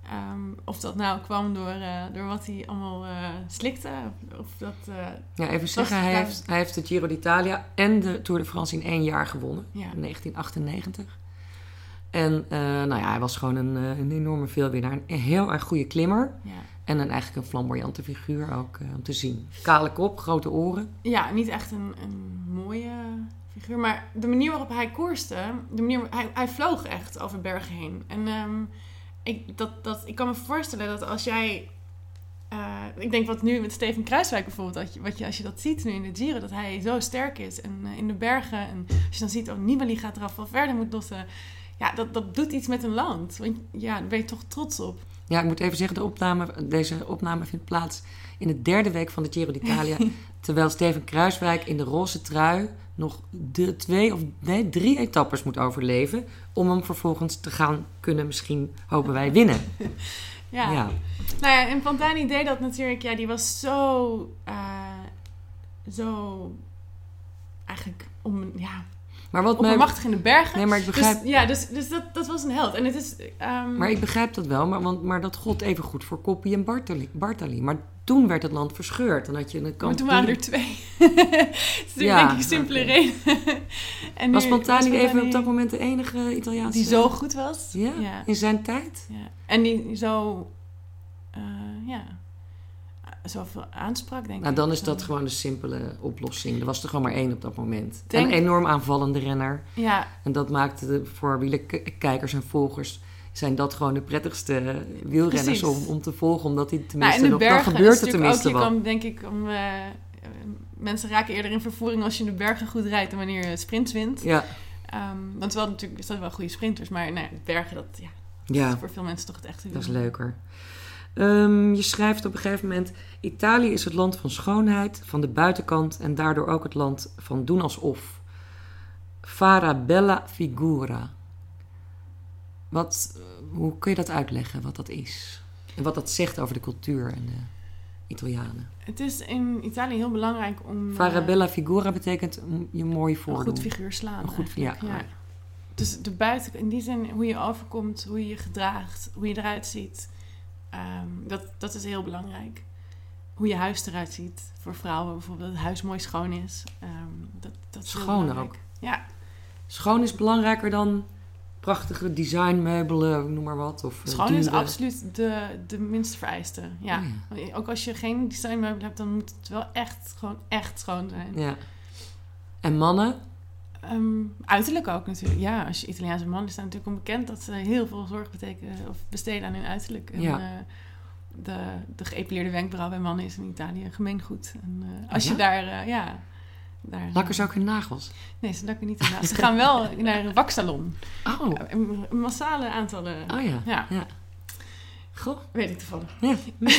Um, of dat nou kwam door, uh, door wat hij allemaal uh, slikte. Of, of dat, uh, ja, even zeggen, hij heeft, hij heeft de Giro d'Italia en de Tour de France in één jaar gewonnen. Ja. In negentien achtennegentig. En uh, nou ja, hij was gewoon een, een enorme veelwinnaar. Een heel erg goede klimmer. Ja. En een, eigenlijk een flamboyante figuur ook uh, om te zien. Kale kop, grote oren. Ja, niet echt een, een mooie figuur. Maar de manier waarop hij koerste... De manier, hij, hij vloog echt over bergen heen. En um, ik, dat, dat, ik kan me voorstellen dat als jij... Uh, ik denk wat nu met Steven Kruiswijk bijvoorbeeld... Dat je, wat je, als je dat ziet nu in de Giro... Dat hij zo sterk is en uh, in de bergen. En als je dan ziet, oh, Nibali gaat eraf wel verder moet lossen... Ja, dat, dat doet iets met een land. Want ja, daar ben je toch trots op. Ja, ik moet even zeggen, de opname, deze opname vindt plaats in de derde week van de Giro d'Italia. Terwijl Steven Kruiswijk in de roze trui nog de twee of nee, drie etappes moet overleven. Om hem vervolgens te gaan kunnen misschien, hopen wij, winnen. Ja. ja. Nou ja, en Pantani deed dat natuurlijk. Ja, die was zo... Uh, zo... Eigenlijk om... Ja... Maar wat oppermachtig mij... in de bergen. Nee, maar ik begrijp... Dus, ja, dus, dus dat, dat was een held. En het is... Um... Maar ik begrijp dat wel, maar, want, maar dat gold even goed voor Coppi en Bartali, Bartali. Maar toen werd het land verscheurd. Dan had je een maar toen waren er twee. Dat is ja, denk ik een simpele okay. reden. En was Pantani even op dat moment de enige Italiaanse... Die zo goed was? Ja, ja. In zijn tijd? Ja. En die zo... Uh, ja... zoveel aansprak, denk nou, ik. Dan is dat gewoon de simpele oplossing. Er was er gewoon maar één op dat moment. Denk... Een enorm aanvallende renner. Ja. En dat maakte de, voor wielerkijkers en volgers... zijn dat gewoon de prettigste wielrenners om, om te volgen. Omdat die tenminste nou, nog... Dan gebeurt er tenminste ook, wat. Je kan, denk ik, om, uh, mensen raken eerder in vervoering als je in de bergen goed rijdt... dan wanneer je sprints wint. Ja. Um, want wel natuurlijk, er zijn wel goede sprinters... maar nou, de bergen, dat, ja, dat ja. is voor veel mensen toch het echte wiel. Dat is leuker. Um, je schrijft op een gegeven moment... Italië is het land van schoonheid, van de buitenkant... en daardoor ook het land van doen alsof. Fara bella figura. Wat, hoe kun je dat uitleggen, wat dat is? En wat dat zegt over de cultuur en de Italianen? Het is in Italië heel belangrijk om... Fara bella figura betekent je mooi voordoen. Een goed figuur slaan. Een goed, ja, ja. Dus de buiten, in die zin, hoe je overkomt, hoe je je gedraagt... hoe je eruit ziet... Um, dat, dat is heel belangrijk. Hoe je huis eruit ziet. Voor vrouwen bijvoorbeeld, dat het huis mooi schoon is. Um, dat, dat is schoon ook. Ja. Schoon is belangrijker dan prachtige designmeubelen, noem maar wat. Of schoon dure... is absoluut de, de minste vereiste. Ja. Oh ja. Ook als je geen designmeubelen hebt, dan moet het wel echt, gewoon echt schoon zijn. Ja. En mannen? Um, uiterlijk ook natuurlijk. Ja, als je Italiaanse man is, dan natuurlijk onbekend dat ze heel veel zorg betekenen of besteden aan hun uiterlijk. En, ja. uh, de, de geëpileerde wenkbrauw bij mannen is in Italië gemeengoed. En uh, als ja? je daar, uh, ja... Daar, lakken ze ook hun nagels? Nee, ze lakken niet hun nagels. Ze gaan wel naar een waksalon. Oh. Uh, massale aantallen. Oh ja. Ja. ja. Goh. Weet ik toevallig. Ja.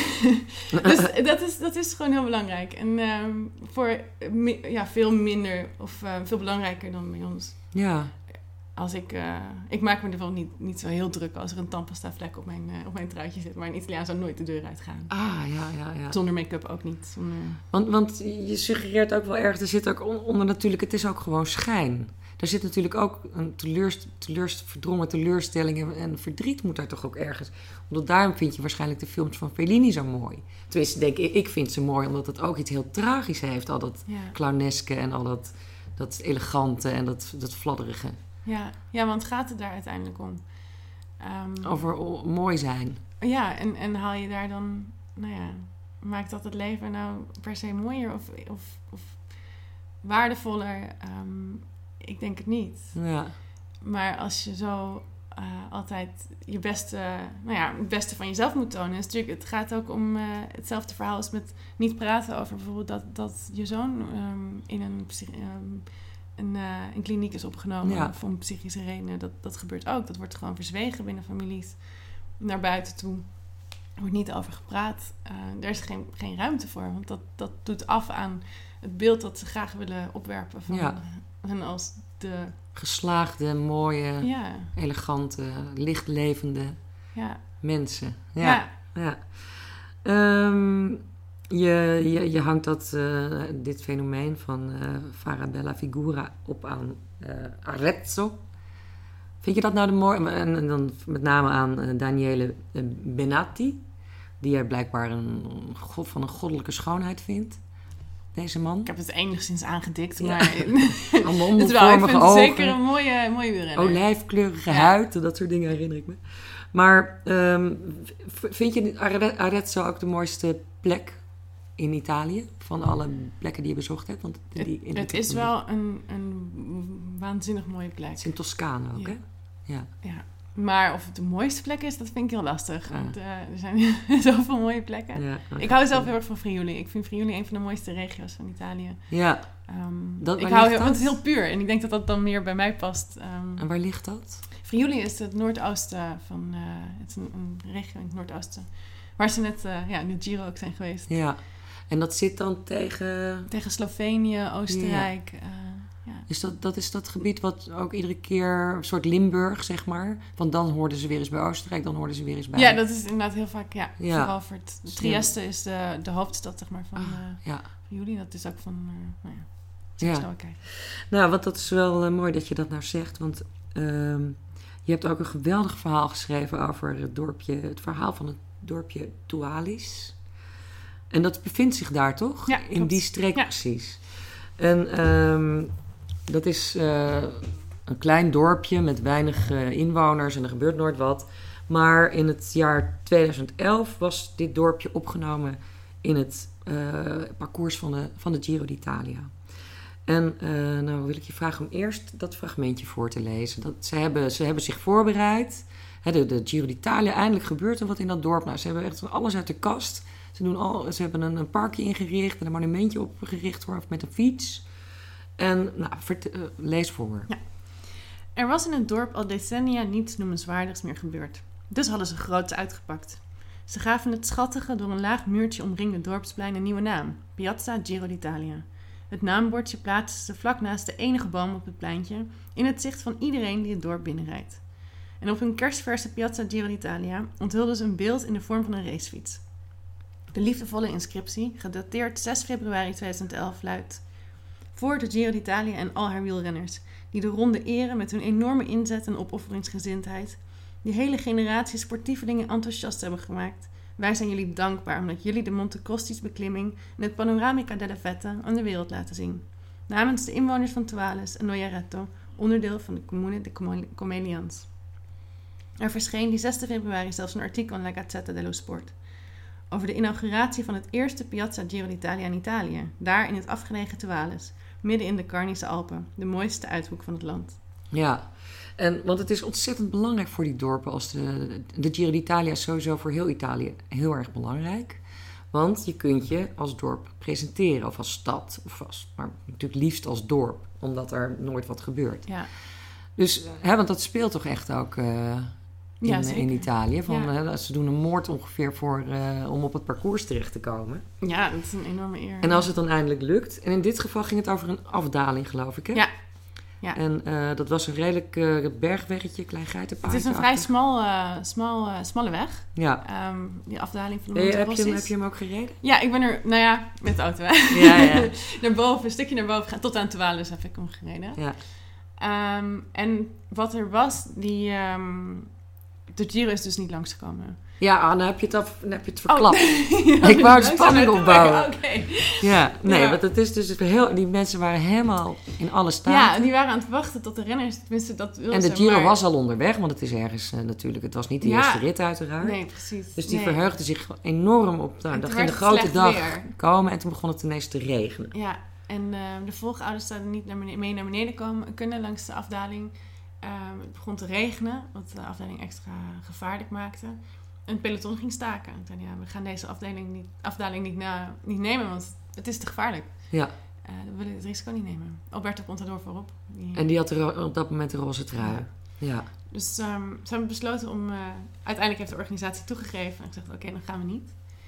Dus dat is, dat is gewoon heel belangrijk. En um, voor mi- ja, veel minder of uh, veel belangrijker dan bij ons. Ja. Als ik, uh, ik maak me er wel niet, niet zo heel druk als er een tandpasta vlek op mijn, uh, op mijn truitje zit. Maar een Italiaan zou nooit de deur uitgaan. Ah, ja, ja, ja. Zonder make-up ook niet. Zonder... Want, want je suggereert ook wel erg, er zit ook onder natuurlijk, het is ook gewoon schijn. Er zit natuurlijk ook een teleurst, teleurst, verdrongen teleurstelling en, en verdriet moet daar toch ook ergens. Omdat daarom vind je waarschijnlijk de films van Fellini zo mooi. Tenminste, denk ik, ik vind ze mooi omdat het ook iets heel tragisch heeft. Al dat ja. clowneske en al dat, dat elegante en dat, dat fladderige. Ja. ja, want gaat het daar uiteindelijk om? Um, Over o- mooi zijn. Ja, en, en haal je daar dan, nou ja, maakt dat het leven nou per se mooier of, of, of waardevoller? Um, ik denk het niet. Ja. Maar als je zo uh, altijd je beste, nou ja, het beste van jezelf moet tonen. Is natuurlijk, het gaat ook om uh, hetzelfde verhaal als met niet praten over bijvoorbeeld dat, dat je zoon um, in een, um, een, uh, een kliniek is opgenomen ja. voor psychische redenen. Dat, dat gebeurt ook. Dat wordt gewoon verzwegen binnen families naar buiten toe. Er wordt niet over gepraat. Uh, er is geen, geen ruimte voor. Want dat, dat doet af aan het beeld dat ze graag willen opwerpen van ja. hen als de... geslaagde, mooie, ja. elegante, lichtlevende ja. mensen. Ja. ja. ja. Um, je, je, je hangt dat, uh, dit fenomeen van uh, Fara bella figura op aan uh, Arezzo. Vind je dat nou de mooi? En, en dan met name aan uh, Daniele Benatti, die jij blijkbaar een god van een goddelijke schoonheid vindt. Deze man. Ik heb het enigszins aangedikt, ja. maar allemaal het wel. Ik vind het ogen. zeker een mooie, mooie wielrenner. Olijfkleurige ja. huid, dat soort dingen herinner ik me. Maar um, vind je Arezzo ook de mooiste plek in Italië? Van alle plekken die je bezocht hebt? Want die, het het is wel een, een waanzinnig mooie plek. Het is in Toscane ook, ja. hè? Ja. ja. Maar of het de mooiste plek is, dat vind ik heel lastig. Ja. Want uh, er zijn zoveel mooie plekken. Ja, ik hou zelf heel erg van Friuli. Ik vind Friuli een van de mooiste regio's van Italië. Ja. Um, dat, ik hou heel, want het is heel puur. En ik denk dat dat dan meer bij mij past. Um, en waar ligt dat? Friuli is het noordoosten van... Uh, het is een, een regio in het noordoosten. Waar ze net uh, ja, in de Giro ook zijn geweest. Ja. En dat zit dan tegen... Tegen Slovenië, Oostenrijk... Ja. Uh, Ja. Dus dat, dat is dat gebied wat ook iedere keer een soort Limburg, zeg maar. Want dan hoorden ze weer eens bij Oostenrijk, dan hoorden ze weer eens bij... Ja, dat is inderdaad heel vaak, ja. ja. Vooral voor het... Trieste is de, de hoofdstad, zeg maar, van ah, uh, ja. jullie. Dat is ook van... Uh, nou ja, ja. snel kijken. Nou, want dat is wel uh, mooi dat je dat nou zegt. Want uh, je hebt ook een geweldig verhaal geschreven over het dorpje... Het verhaal van het dorpje Tualis. En dat bevindt zich daar, toch? Ja, in klopt. die streek ja. precies. En... Um, Dat is uh, een klein dorpje met weinig uh, inwoners en er gebeurt nooit wat. Maar in het jaar tweeduizend elf was dit dorpje opgenomen in het uh, parcours van de, van de Giro d'Italia. En uh, nou wil ik je vragen om eerst dat fragmentje voor te lezen. Dat, ze, hebben, ze hebben zich voorbereid. He, de, de Giro d'Italia, eindelijk gebeurt er wat in dat dorp. Nou, ze hebben echt van alles uit de kast. Ze, doen al, ze hebben een, een parkje ingericht en een monumentje opgericht worden met een fiets... En nou, vert- uh, lees voor. Ja. Er was in het dorp al decennia niets noemenswaardigs meer gebeurd. Dus hadden ze groots uitgepakt. Ze gaven het schattige, door een laag muurtje omringde dorpsplein een nieuwe naam. Piazza Giro d'Italia. Het naambordje plaatsten ze vlak naast de enige boom op het pleintje... in het zicht van iedereen die het dorp binnenrijdt. En op hun kerstverse Piazza Giro d'Italia onthulden ze een beeld in de vorm van een racefiets. De liefdevolle inscriptie, gedateerd zes februari tweeduizend elf, luidt... Voor de Giro d'Italia en al haar wielrenners, die de ronde eren met hun enorme inzet en opofferingsgezindheid, die hele generatie sportievelingen enthousiast hebben gemaakt. Wij zijn jullie dankbaar omdat jullie de Monte Costi's beklimming en het Panoramica della Vetta aan de wereld laten zien. Namens de inwoners van Tualis en Nojaretto, onderdeel van de Comune de Comelians. Er verscheen die zesde februari zelfs een artikel in La Gazzetta dello Sport over de inauguratie van het eerste Piazza Giro d'Italia in Italië, daar in het afgelegen Tualis, midden in de Carnische Alpen, de mooiste uithoek van het land. Ja, en, want het is ontzettend belangrijk voor die dorpen. Als de, de Giro d'Italia is sowieso voor heel Italië heel erg belangrijk. Want je kunt je als dorp presenteren, of als stad, of als, maar natuurlijk liefst als dorp, omdat er nooit wat gebeurt. Ja. Dus, hè, want dat speelt toch echt ook uh, in, ja, in Italië. Van, ja. uh, ze doen een moord ongeveer voor, uh, om op het parcours terecht te komen. Ja, dat is een enorme eer. En als het dan eindelijk lukt. En in dit geval ging het over een afdaling, geloof ik, hè? Ja. Ja. En uh, dat was een redelijk uh, bergweggetje, klein geitenpaadje. Het is een vrij smal, uh, smal, uh, smalle weg. Ja. Um, die afdaling van de Monte Monte Costi's. Heb, heb je hem ook gereden? Ja, ik ben er, nou ja, met de auto. Hè? Ja, ja. naar boven, een stukje naar boven gaan. Tot aan Tualis heb ik hem gereden. Ja. Um, en wat er was, die... Um, de Giro is dus niet langsgekomen. Ja, dan heb je het, af, dan heb je het verklapt. Oh. ja, ik wou het spanning opbouwen. Oké. Okay. Ja, nee, ja. want het is dus heel... Die mensen waren helemaal in alle staten. Ja, en die waren aan het wachten tot de renners... Tenminste, dat wilden En de ze, Giro maar... was al onderweg, want het is ergens uh, natuurlijk... Het was niet de ja. eerste rit uiteraard. Nee, precies. Dus die nee. verheugden zich enorm op... Nou, dat ging de grote dag weer. komen en toen begon het ineens te regenen. Ja, en uh, de volgouders zouden niet naar beneden, mee naar beneden komen, kunnen langs de afdaling... Um, het begon te regenen, wat de afdaling extra gevaarlijk maakte. En het peloton ging staken. En toen, ja, we gaan deze afdaling niet, afdaling niet, na, niet nemen, want het is te gevaarlijk. Ja. Uh, we willen het risico niet nemen. Alberto Contador voorop. Die, en die had er op dat moment de roze trui. Ja. ja. Dus um, ze hebben besloten om... Uh, uiteindelijk heeft de organisatie toegegeven. En gezegd, oké, okay, dan gaan we niet.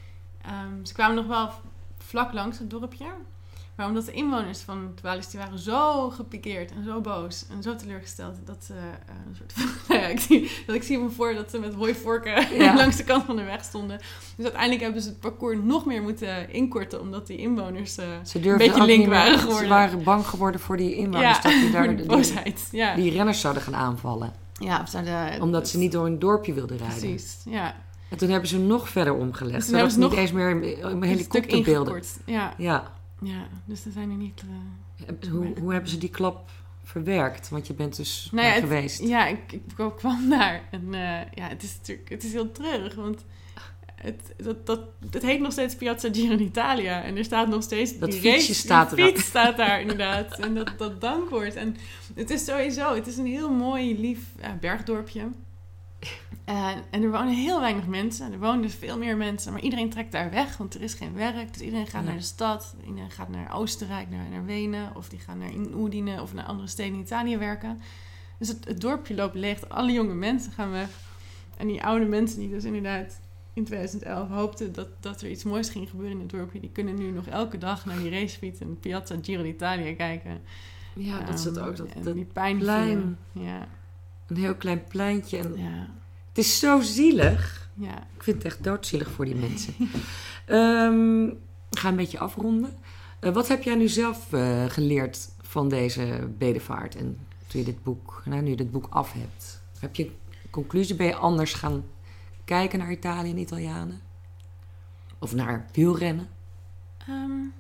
Um, ze kwamen nog wel vlak langs het dorpje. Maar omdat de inwoners van Tualis, die waren zo gepikeerd en zo boos en zo teleurgesteld, dat ze uh, een soort van, nou ja, ik zie, dat ik zie me voor dat ze met hooivorken ja. langs de kant van de weg stonden. Dus uiteindelijk hebben ze het parcours nog meer moeten inkorten, omdat die inwoners uh, een beetje link waren meer, geworden. Ze waren bang geworden voor die inwoners, ja, dat die daar de boosheid. Die, ja. die renners zouden gaan aanvallen. Ja, of zouden, Omdat ze niet door een dorpje wilden rijden. Precies, ja. En toen hebben ze nog verder omgelegd. Dus zodat ze ze niet nog eens meer een helikopterbeelden. Ja. Ja. Ja, dus er zijn er niet... Uh, hoe, hoe hebben ze die klap verwerkt? Want je bent dus nou ja, daar het, geweest. Ja, ik, ik kwam daar. En uh, ja, het is natuurlijk het is heel treurig. Want het, dat, dat, het heet nog steeds Piazza Giro d'Italia. En er staat nog steeds... Dat die fietsje race, staat er. Die fiets staat daar inderdaad. En dat, dat dankwoord. En het is sowieso... Het is een heel mooi, lief uh, bergdorpje. Uh, en er wonen heel weinig mensen. Er wonen dus veel meer mensen. Maar iedereen trekt daar weg, want er is geen werk. Dus iedereen gaat ja. naar de stad. Iedereen gaat naar Oostenrijk, naar, naar Wenen. Of die gaan naar Udine of naar andere steden in Italië werken. Dus het, het dorpje loopt leeg. Alle jonge mensen gaan weg. En die oude mensen die dus inderdaad in twintig elf hoopten dat, dat er iets moois ging gebeuren in het dorpje. Die kunnen nu nog elke dag naar die racefiets en Piazza Giro d'Italia kijken. Ja, dat is het ook. Dat, en dat die pijn plein. Ja. Een heel klein pleintje. En ja. Het is zo zielig. Ja. Ik vind het echt doodzielig voor die mensen. um, ik ga een beetje afronden. Uh, wat heb jij nu zelf uh, geleerd van deze bedevaart? En toen je dit boek, nou, nu je dit boek af hebt. Heb je een conclusie? Ben je anders gaan kijken naar Italië en Italianen? Of naar wielrennen? Um,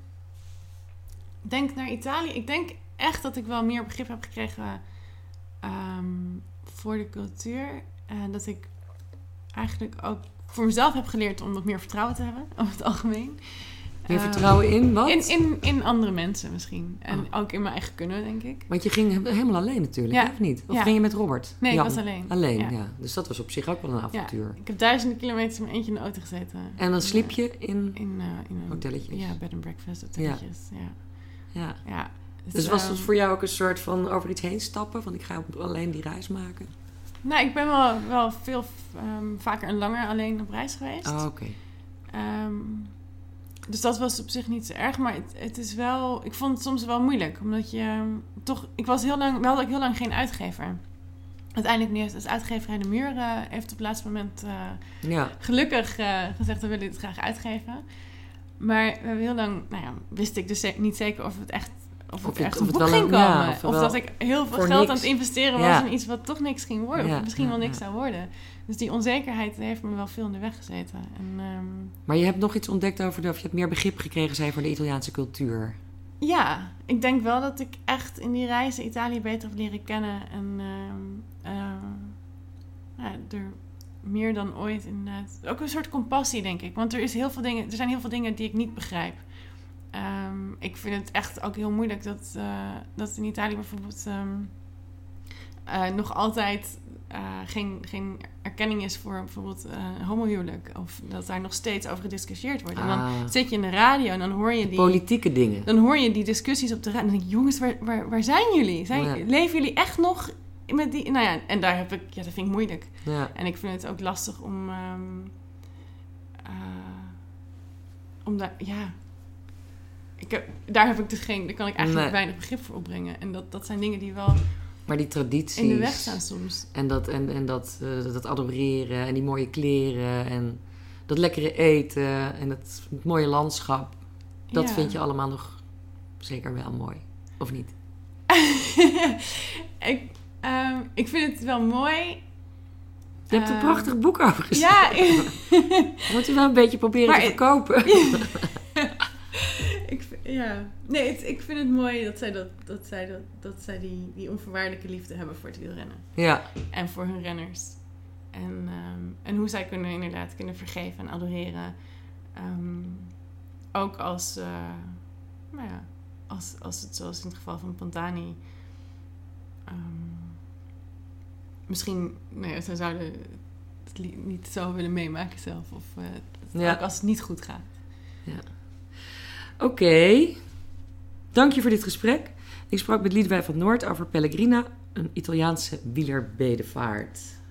denk naar Italië. Ik denk echt dat ik wel meer begrip heb gekregen um, voor de cultuur. En dat ik eigenlijk ook voor mezelf heb geleerd om wat meer vertrouwen te hebben, over het algemeen. Meer um, vertrouwen in wat? In, in, in andere mensen misschien. En oh. ook in mijn eigen kunnen, denk ik. Want je ging helemaal alleen natuurlijk, ja. of niet? Of ja. ging je met Robert? Nee, Jan? ik was alleen. Alleen, ja. ja. Dus dat was op zich ook wel een avontuur. Ja. Ik heb duizenden kilometers in mijn eentje in de auto gezeten. En dan sliep je in, in, uh, in een hotelletjes? Ja, bed and breakfast hotelletjes. Ja. Ja. ja. ja. Dus, dus was het voor jou ook een soort van over iets heen stappen? Van ik ga alleen die reis maken? Nou, ik ben wel, wel veel um, vaker en langer alleen op reis geweest. Oh, oké. Okay. Um, dus dat was op zich niet zo erg. Maar het, het is wel... Ik vond het soms wel moeilijk. Omdat je um, toch... Ik was heel lang... We hadden ook heel lang geen uitgever. Uiteindelijk nu heeft het uitgeverij De Muur... Uh, heeft op het laatste moment... Uh, ja. gelukkig uh, gezegd... We willen dit graag uitgeven. Maar we hebben heel lang... Nou ja, wist ik dus niet zeker of het echt... Of, of het echt een boek ging komen. Ja, of, of dat ik heel veel geld niks. aan het investeren was... Ja. in iets wat toch niks ging worden. Ja, of misschien ja, wel niks ja. zou worden. Dus die onzekerheid heeft me wel veel in de weg gezeten. En, um... Maar je hebt nog iets ontdekt over... De, of je hebt meer begrip gekregen zijn voor de Italiaanse cultuur. Ja, ik denk wel dat ik echt in die reizen Italië beter heb leren kennen. En um, uh, ja, er meer dan ooit inderdaad... Ook een soort compassie, denk ik. Want er, is heel veel dingen, er zijn heel veel dingen die ik niet begrijp. Um, ik vind het echt ook heel moeilijk dat, uh, dat in Italië bijvoorbeeld um, uh, nog altijd uh, geen, geen erkenning is voor bijvoorbeeld uh, homohuwelijk. Of dat daar nog steeds over gediscussieerd wordt. En dan ah. zit je in de radio en dan hoor je die... Politieke dingen. Dan hoor je die discussies op de radio. En dan denk ik, jongens, waar, waar, waar zijn jullie? Zijn, ja. Leven jullie echt nog met die... Nou ja, en daar heb ik... Ja, dat vind ik moeilijk. Ja. En ik vind het ook lastig om... Um, uh, om daar... Ja... Ik heb, daar heb ik dus geen, daar kan ik eigenlijk nee. weinig begrip voor opbrengen. En dat, dat zijn dingen die wel maar die tradities in de weg staan soms. En dat, en, en dat, uh, dat adoreren en die mooie kleren en dat lekkere eten en het, het mooie landschap. Dat ja. vind je allemaal nog zeker wel mooi, of niet? ik, um, ik vind het wel mooi. Je hebt um, een prachtig boek over geschreven. Ja. Je moet je wel een beetje proberen maar te verkopen. Ik, ja, nee, het, ik vind het mooi dat zij, dat, dat zij, dat, dat zij die, die onvoorwaardelijke liefde hebben voor het wielrennen. Ja. En voor hun renners. En, um, en hoe zij kunnen inderdaad kunnen vergeven en adoreren. Um, ook als, uh, nou ja, als, als het zoals in het geval van Pantani. Um, misschien, nou ja, zij zouden het li- niet zo willen meemaken zelf. Of uh, ja. ook als het niet goed gaat. Ja. Oké, okay. Dank je voor dit gesprek. Ik sprak met Liedewij van Noord over Pellegrina, een Italiaanse wielerbedevaart.